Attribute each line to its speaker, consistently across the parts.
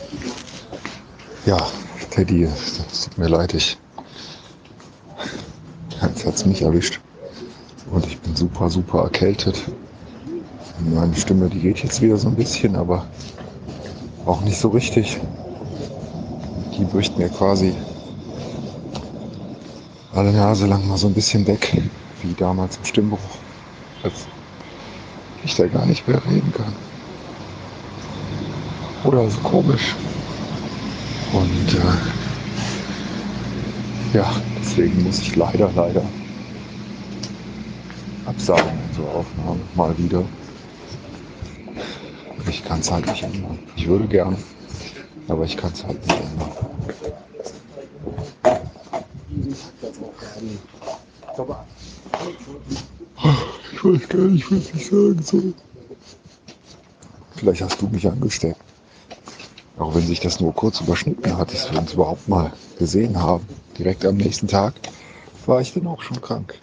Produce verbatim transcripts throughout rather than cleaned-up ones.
Speaker 1: Ja, Teddy, es tut mir leid, ich, jetzt hat es mich erwischt und ich bin super, super erkältet. Meine Stimme, die geht jetzt wieder so ein bisschen, aber auch nicht so richtig. Die bricht mir quasi alle Nase lang mal so ein bisschen weg, wie damals im Stimmbruch, als ich da gar nicht mehr reden kann. Oder so komisch. Und äh, ja, deswegen muss ich leider, leider absagen, unsere Aufnahme mal wieder. Ich kann es halt nicht ändern. Ich würde gerne, aber ich kann es halt nicht ändern. Ich weiß gar nicht, was ich sagen soll. Vielleicht hast du mich angesteckt. Auch wenn sich das nur kurz überschnitten hat, dass wir uns überhaupt mal gesehen haben. Direkt am nächsten Tag war ich dann auch schon krank.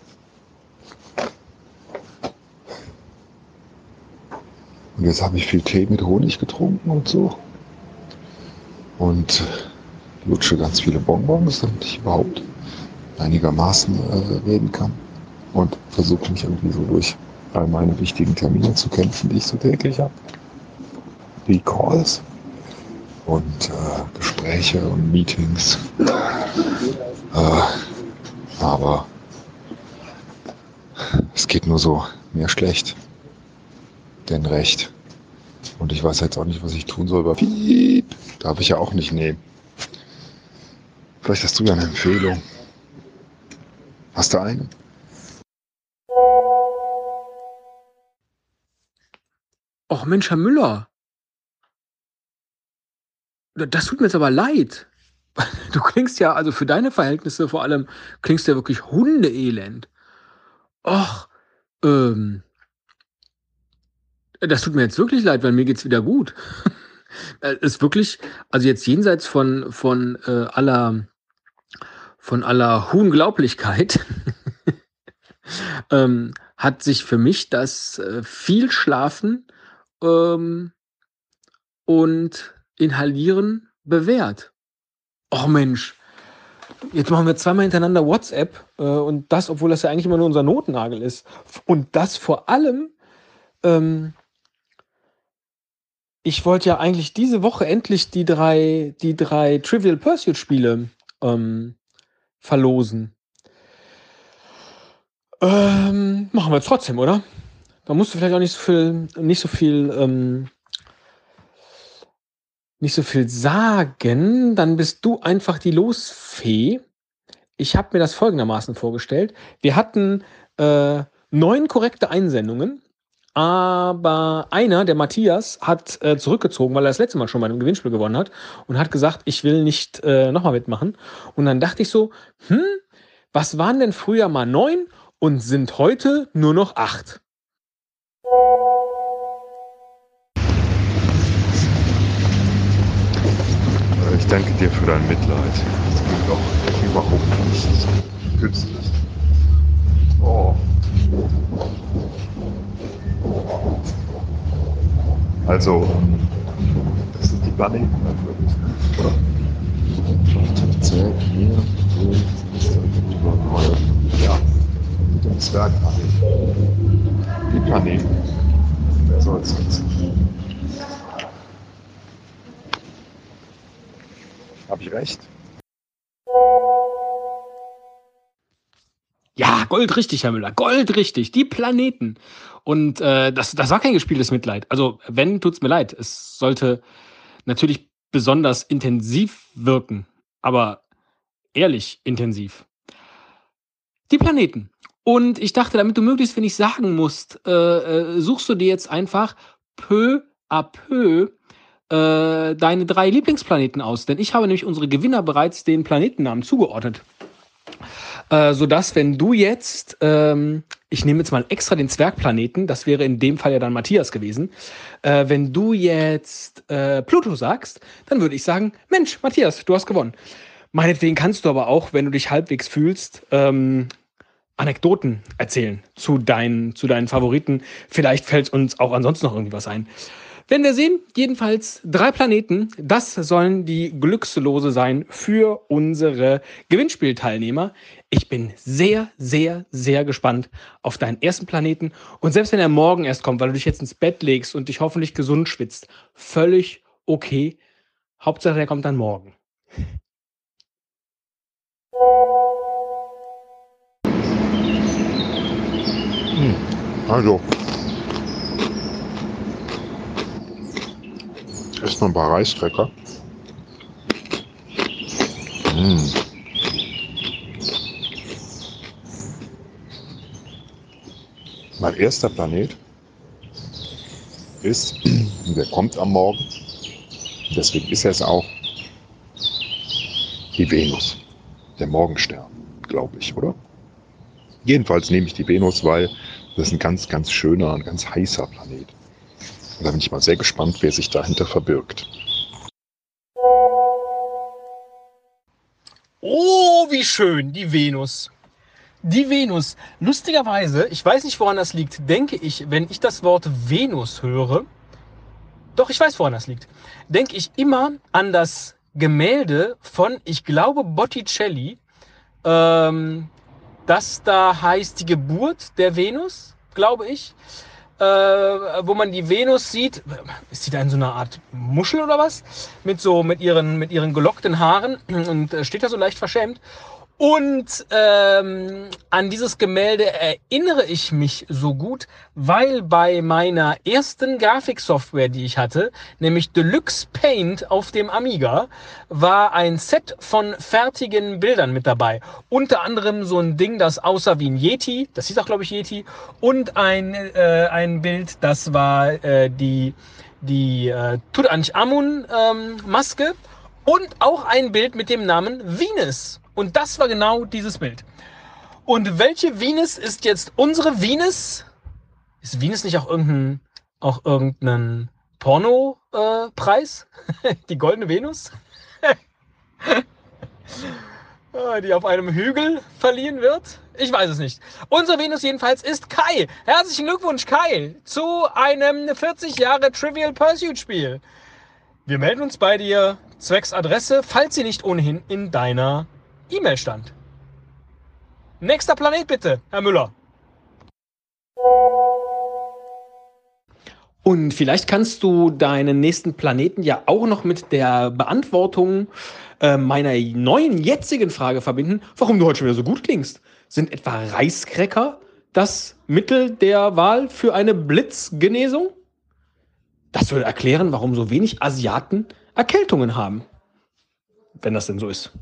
Speaker 1: Und jetzt habe ich viel Tee mit Honig getrunken und so. Und lutsche ganz viele Bonbons, damit ich überhaupt einigermaßen äh, reden kann. Und versuche mich irgendwie so durch all meine wichtigen Termine zu kämpfen, die ich so täglich habe. Wie Calls und äh, Gespräche und Meetings. Äh, aber es geht nur so mehr schlecht denn recht. Und ich weiß jetzt auch nicht, was ich tun soll. Aber Piep, darf ich ja auch nicht nehmen. Vielleicht hast du ja eine Empfehlung. Hast du eine?
Speaker 2: Och Mensch, Herr Müller, das tut mir jetzt aber leid. Du klingst ja, also für deine Verhältnisse vor allem, klingst ja wirklich hundeelend. Och, ähm, das tut mir jetzt wirklich leid, weil mir geht's wieder gut. Äh, ist wirklich, also jetzt jenseits von, von äh, aller, von aller Unglaublichkeit, ähm, hat sich für mich das äh, viel Schlafen ähm, und Inhalieren bewährt. Och Mensch, jetzt machen wir zweimal hintereinander WhatsApp äh, und das, obwohl das ja eigentlich immer nur unser Notnagel ist. Und das vor allem, ähm, ich wollte ja eigentlich diese Woche endlich die drei, die drei Trivial Pursuit Spiele ähm, verlosen. Ähm, machen wir jetzt trotzdem, oder? Da musst du vielleicht auch nicht so viel, nicht so viel, ähm, nicht so viel sagen. Dann bist du einfach die Losfee. Ich habe mir das folgendermaßen vorgestellt. Wir hatten äh, neun korrekte Einsendungen, aber einer, der Matthias, hat äh, zurückgezogen, weil er das letzte Mal schon bei einem Gewinnspiel gewonnen hat und hat gesagt, ich will nicht äh, nochmal mitmachen. Und dann dachte ich so, hm, was waren denn früher mal neun und sind heute nur noch acht?
Speaker 1: Ich danke dir für dein Mitleid. Das klingt doch überhaupt nicht künstlich. Oh. Also, das sind die Planeten natürlich. Oder? Zwerg hier, so, das ist über neue. Ja, mit dem Zwergplaneten. Die Planeten. Wer soll es jetzt? Habe ich recht?
Speaker 2: Ja, goldrichtig, Herr Müller, goldrichtig, die Planeten. Und äh, das, das war kein gespieltes Mitleid. Also, wenn, tut's mir leid. Es sollte natürlich besonders intensiv wirken, aber ehrlich intensiv. Die Planeten. Und ich dachte, damit du möglichst wenig sagen musst, äh, äh, suchst du dir jetzt einfach peu à peu äh, deine drei Lieblingsplaneten aus. Denn ich habe nämlich unsere Gewinner bereits den Planetennamen zugeordnet. Äh, sodass, wenn du jetzt, ähm, ich nehme jetzt mal extra den Zwergplaneten, das wäre in dem Fall ja dann Matthias gewesen, äh, wenn du jetzt äh, Pluto sagst, dann würde ich sagen, Mensch, Matthias, du hast gewonnen. Meinetwegen kannst du aber auch, wenn du dich halbwegs fühlst, ähm, Anekdoten erzählen zu deinen, zu deinen Favoriten. Vielleicht fällt uns auch ansonsten noch irgendwie was ein. Werden wir sehen. Jedenfalls drei Planeten. Das sollen die Glückslose sein für unsere Gewinnspielteilnehmer. Ich bin sehr, sehr, sehr gespannt auf deinen ersten Planeten. Und selbst wenn er morgen erst kommt, weil du dich jetzt ins Bett legst und dich hoffentlich gesund schwitzt, völlig okay. Hauptsache, der kommt dann morgen.
Speaker 1: Hm, also, erstmal ein paar Reiskräcker. Hm. Mein erster Planet ist, der kommt am Morgen, deswegen ist er es auch, die Venus, der Morgenstern, glaube ich, oder? Jedenfalls nehme ich die Venus, weil das ist ein ganz, ganz schöner, ein ganz heißer Planet. Und da bin ich mal sehr gespannt, wer sich dahinter verbirgt.
Speaker 2: Oh, wie schön, die Venus. Die Venus. Lustigerweise, ich weiß nicht, woran das liegt, denke ich, wenn ich das Wort Venus höre, doch, ich weiß, woran das liegt, denke ich immer an das Gemälde von, ich glaube, Botticelli, ähm, das da heißt die Geburt der Venus, glaube ich, äh, wo man die Venus sieht. Ist sie da in so einer Art Muschel oder was? Mit so, mit ihren, mit ihren gelockten Haaren und äh, steht da so leicht verschämt. Und ähm, an dieses Gemälde erinnere ich mich so gut, weil bei meiner ersten Grafiksoftware, die ich hatte, nämlich Deluxe Paint auf dem Amiga, war ein Set von fertigen Bildern mit dabei. Unter anderem so ein Ding, das aussah wie ein Yeti, das hieß auch, glaube ich, Yeti, und ein, äh, ein Bild, das war äh, die, die äh, Tutanchamun ähm, Maske und auch ein Bild mit dem Namen Venus. Und das war genau dieses Bild. Und welche Venus ist jetzt unsere Venus? Ist Venus nicht auch irgendein, auch irgendein Porno-Preis? Äh, die goldene Venus? Die auf einem Hügel verliehen wird? Ich weiß es nicht. Unsere Venus jedenfalls ist Kai. Herzlichen Glückwunsch, Kai, zu einem vierzig Jahre Trivial Pursuit Spiel. Wir melden uns bei dir zwecks Adresse, falls sie nicht ohnehin in deiner E-Mail stand. Nächster Planet bitte, Herr Müller. Und vielleicht kannst du deinen nächsten Planeten ja auch noch mit der Beantwortung äh, meiner neuen jetzigen Frage verbinden, warum du heute schon wieder so gut klingst. Sind etwa Reiskräcker das Mittel der Wahl für eine Blitzgenesung? Das würde erklären, warum so wenig Asiaten Erkältungen haben. Wenn das denn so ist.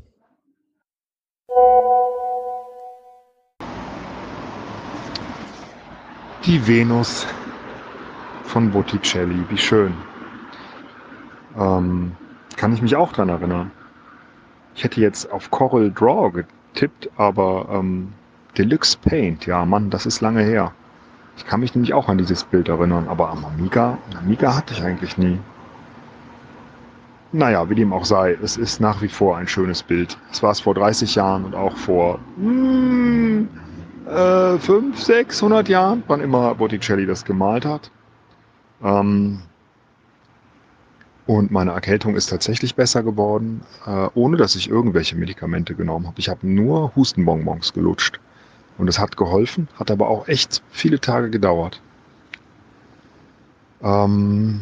Speaker 1: Die Venus von Botticelli, wie schön. Ähm, kann ich mich auch dran erinnern. Ich hätte jetzt auf Coral Draw getippt, aber ähm, Deluxe Paint, ja Mann, das ist lange her. Ich kann mich nämlich auch an dieses Bild erinnern, aber am Amiga, Amiga hatte ich eigentlich nie. Naja, wie dem auch sei, es ist nach wie vor ein schönes Bild. Es war es vor dreißig Jahren und auch vor mm, äh, fünfhundert, sechshundert Jahren, wann immer Botticelli das gemalt hat. Ähm, und meine Erkältung ist tatsächlich besser geworden, äh, ohne dass ich irgendwelche Medikamente genommen habe. Ich habe nur Hustenbonbons gelutscht. Und es hat geholfen, hat aber auch echt viele Tage gedauert. Ähm,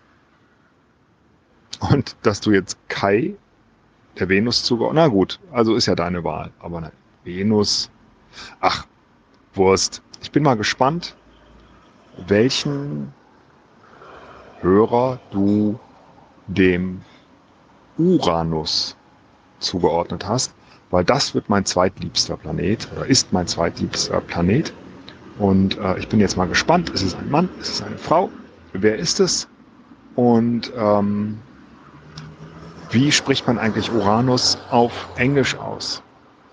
Speaker 1: und dass du jetzt Kai der Venus zugeordnet, na gut, also ist ja deine Wahl. Aber eine Venus, ach, Wurst. Ich bin mal gespannt, welchen Hörer du dem Uranus zugeordnet hast, weil das wird mein zweitliebster Planet oder ist mein zweitliebster Planet. Und äh, ich bin jetzt mal gespannt, ist es ein Mann, ist es eine Frau, wer ist es? Und ähm, wie spricht man eigentlich Uranus auf Englisch aus?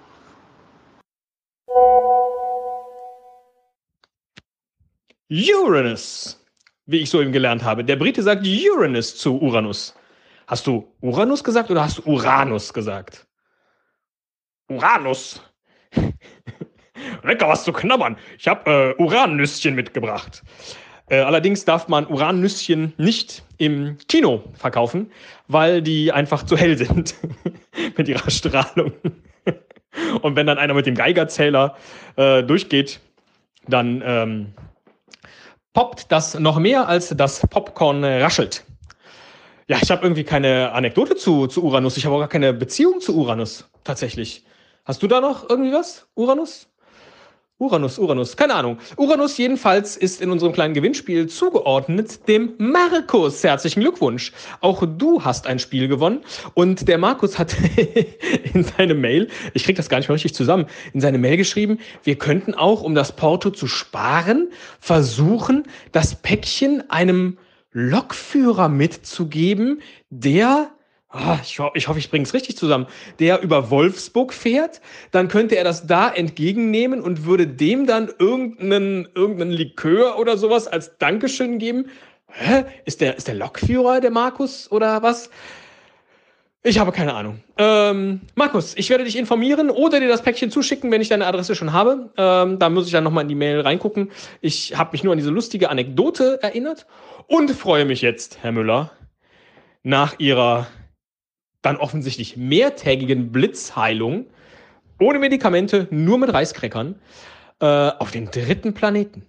Speaker 2: Uranus, wie ich soeben gelernt habe. Der Brite sagt Uranus zu Uranus. Hast du Uranus gesagt oder hast du Uranus gesagt? Uranus. Lecker was zu knabbern. Ich habe äh, Urannüsschen mitgebracht. Äh, allerdings darf man Urannüsschen nicht im Kino verkaufen, weil die einfach zu hell sind mit ihrer Strahlung. Und wenn dann einer mit dem Geigerzähler äh, durchgeht, dann ähm, poppt das noch mehr, als das Popcorn äh, raschelt. Ja, ich habe irgendwie keine Anekdote zu, zu Uranus. Ich habe auch gar keine Beziehung zu Uranus, tatsächlich. Hast du da noch irgendwie was? Uranus? Uranus, Uranus, keine Ahnung. Uranus jedenfalls ist in unserem kleinen Gewinnspiel zugeordnet dem Markus. Herzlichen Glückwunsch. Auch du hast ein Spiel gewonnen. Und der Markus hat in seine Mail, ich krieg das gar nicht mehr richtig zusammen, in seine Mail geschrieben, wir könnten auch, um das Porto zu sparen, versuchen, das Päckchen einem Lokführer mitzugeben, der... Ah, ich, ho- ich hoffe, ich bringe es richtig zusammen, der über Wolfsburg fährt, dann könnte er das da entgegennehmen und würde dem dann irgendeinen, irgendeinen Likör oder sowas als Dankeschön geben. Hä? Ist der, ist der Lokführer der Markus oder was? Ich habe keine Ahnung. Ähm, Markus, ich werde dich informieren oder dir das Päckchen zuschicken, wenn ich deine Adresse schon habe. Ähm, da muss ich dann nochmal in die Mail reingucken. Ich habe mich nur an diese lustige Anekdote erinnert und freue mich jetzt, Herr Müller, nach Ihrer dann offensichtlich mehrtägigen Blitzheilung ohne Medikamente, nur mit Reiskräckern äh, auf den dritten Planeten.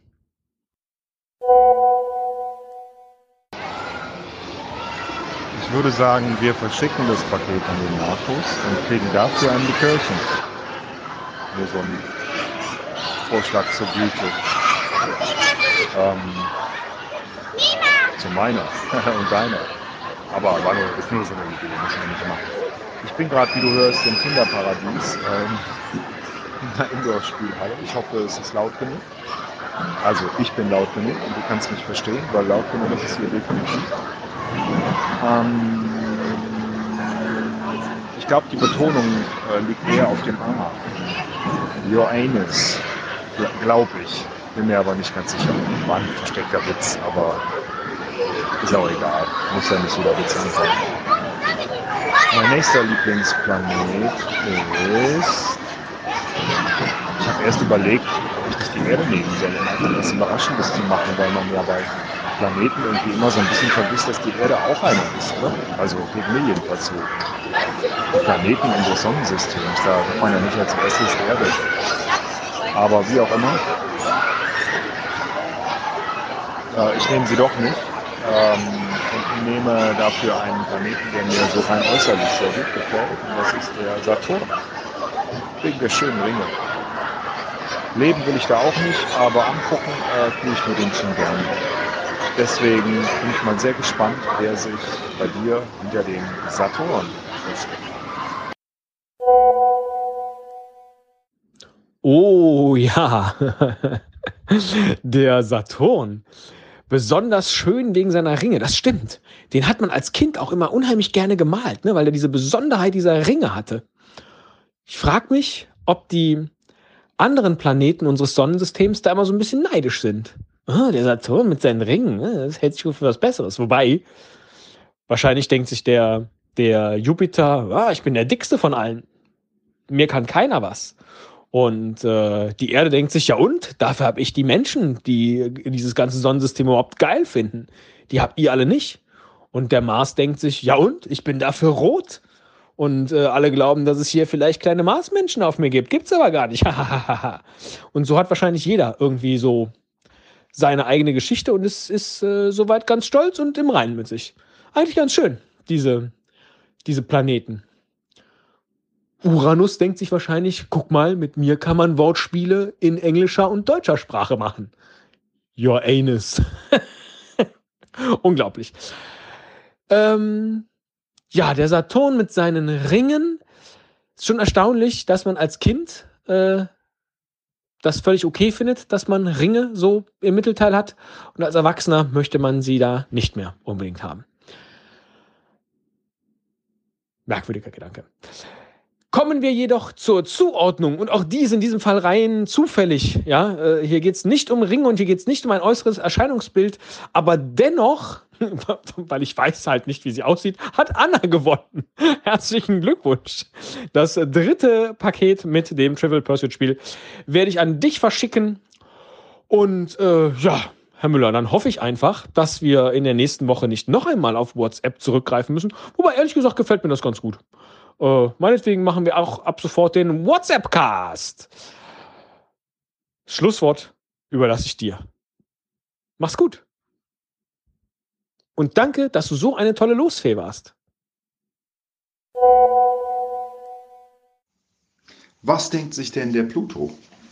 Speaker 1: Ich würde sagen, wir verschicken das Paket an den Markus und kriegen dafür ein Likörchen. Nur so ein Vorschlag zur Güte. Ähm, zu meiner und deiner. Aber war nur, ist nur so eine Idee, müssen wir nicht machen. Ich bin gerade, wie du hörst, im Kinderparadies ähm, in einer Indoor-Spielhalle. Ich hoffe, es ist laut genug. Also, ich bin laut genug und du kannst mich verstehen, weil laut genug ist es hier definitiv. Ähm, ich glaube, die Betonung äh, liegt eher auf dem A. Your anus, glaube ich. Bin mir aber nicht ganz sicher. War ein versteckter Witz, aber ist auch egal. Muss ja nicht jeder Witz sein. Mein nächster Lieblingsplanet ist... Ich habe erst überlegt, ob ich nicht die Erde nehmen soll, um einfach was Überraschendes zu machen, weil man ja bei Planeten irgendwie immer so ein bisschen vergisst, dass die Erde auch einer ist, oder? Also geht mir jedenfalls so. Die Planeten unseres Sonnensystems, da wird man ja nicht als erstes Erde. Aber wie auch immer, äh, ich nehme sie doch nicht ähm, und nehme dafür einen Planeten, der mir so rein äußerlich sehr gut gefällt. Und das ist der Saturn. Wegen der schönen Ringe. Leben will ich da auch nicht, aber angucken äh, tue ich mir den schon gerne. Deswegen bin ich mal sehr gespannt, wer sich bei dir hinter dem Saturn versteckt.
Speaker 2: Oh ja, der Saturn. Besonders schön wegen seiner Ringe, das stimmt. Den hat man als Kind auch immer unheimlich gerne gemalt, ne, weil er diese Besonderheit dieser Ringe hatte. Ich frage mich, ob die anderen Planeten unseres Sonnensystems da immer so ein bisschen neidisch sind. Ah, der Saturn mit seinen Ringen, das hält sich gut für was Besseres. Wobei, wahrscheinlich denkt sich der, der Jupiter, ah, ich bin der dickste von allen. Mir kann keiner was. Und äh, die Erde denkt sich, ja und? Dafür habe ich die Menschen, die dieses ganze Sonnensystem überhaupt geil finden. Die habt ihr alle nicht. Und der Mars denkt sich, ja und? Ich bin dafür rot. Und äh, alle glauben, dass es hier vielleicht kleine Marsmenschen auf mir gibt. Gibt's aber gar nicht. Und so hat wahrscheinlich jeder irgendwie so seine eigene Geschichte und ist, ist äh, soweit ganz stolz und im Reinen mit sich. Eigentlich ganz schön, diese, diese Planeten. Uranus denkt sich wahrscheinlich, guck mal, mit mir kann man Wortspiele in englischer und deutscher Sprache machen. Your anus. Unglaublich. Ähm, ja, der Saturn mit seinen Ringen. Ist schon erstaunlich, dass man als Kind äh, das völlig okay findet, dass man Ringe so im Mittelteil hat. Und als Erwachsener möchte man sie da nicht mehr unbedingt haben. Merkwürdiger Gedanke. Kommen wir jedoch zur Zuordnung und auch die ist in diesem Fall rein zufällig. Ja, äh, hier geht es nicht um Ringe und hier geht es nicht um ein äußeres Erscheinungsbild, aber dennoch, weil ich weiß halt nicht, wie sie aussieht, hat Anna gewonnen. Herzlichen Glückwunsch. Das dritte Paket mit dem Trivial Pursuit Spiel werde ich an dich verschicken und äh, ja, Herr Müller, dann hoffe ich einfach, dass wir in der nächsten Woche nicht noch einmal auf WhatsApp zurückgreifen müssen. Wobei, ehrlich gesagt, gefällt mir das ganz gut. Äh, meinetwegen machen wir auch ab sofort den WhatsApp-Cast. Schlusswort überlasse ich dir. Mach's gut. Und danke, dass du so eine tolle Losfee warst.
Speaker 1: Was denkt sich denn der Pluto?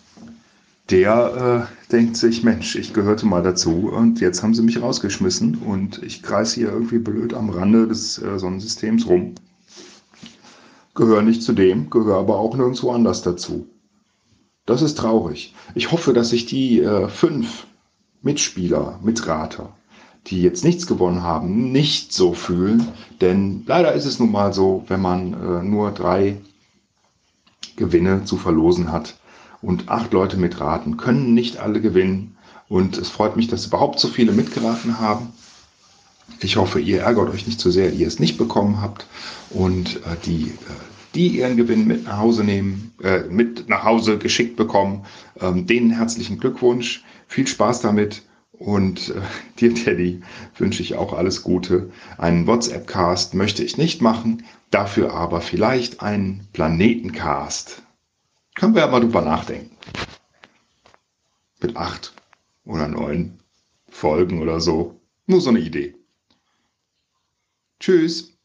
Speaker 1: Der äh, denkt sich, Mensch, ich gehörte mal dazu und jetzt haben sie mich rausgeschmissen und ich kreise hier irgendwie blöd am Rande des äh, Sonnensystems rum. Gehöre nicht zu dem, gehöre aber auch nirgendwo anders dazu. Das ist traurig. Ich hoffe, dass sich die äh, fünf Mitspieler, Mitrater, die jetzt nichts gewonnen haben, nicht so fühlen. Denn leider ist es nun mal so, wenn man äh, nur drei Gewinne zu verlosen hat und acht Leute mitraten, können nicht alle gewinnen. Und es freut mich, dass überhaupt so viele mitgeraten haben. Ich hoffe, ihr ärgert euch nicht zu sehr, ihr es nicht bekommen habt. Und äh, die, äh, die ihren Gewinn mit nach Hause nehmen, äh, mit nach Hause geschickt bekommen, ähm, denen herzlichen Glückwunsch. Viel Spaß damit. Und äh, dir, Teddy, wünsche ich auch alles Gute. Einen WhatsApp-Cast möchte ich nicht machen, dafür aber vielleicht einen Planetencast. Können wir ja mal drüber nachdenken. Mit acht oder neun Folgen oder so. Nur so eine Idee. Tschüss.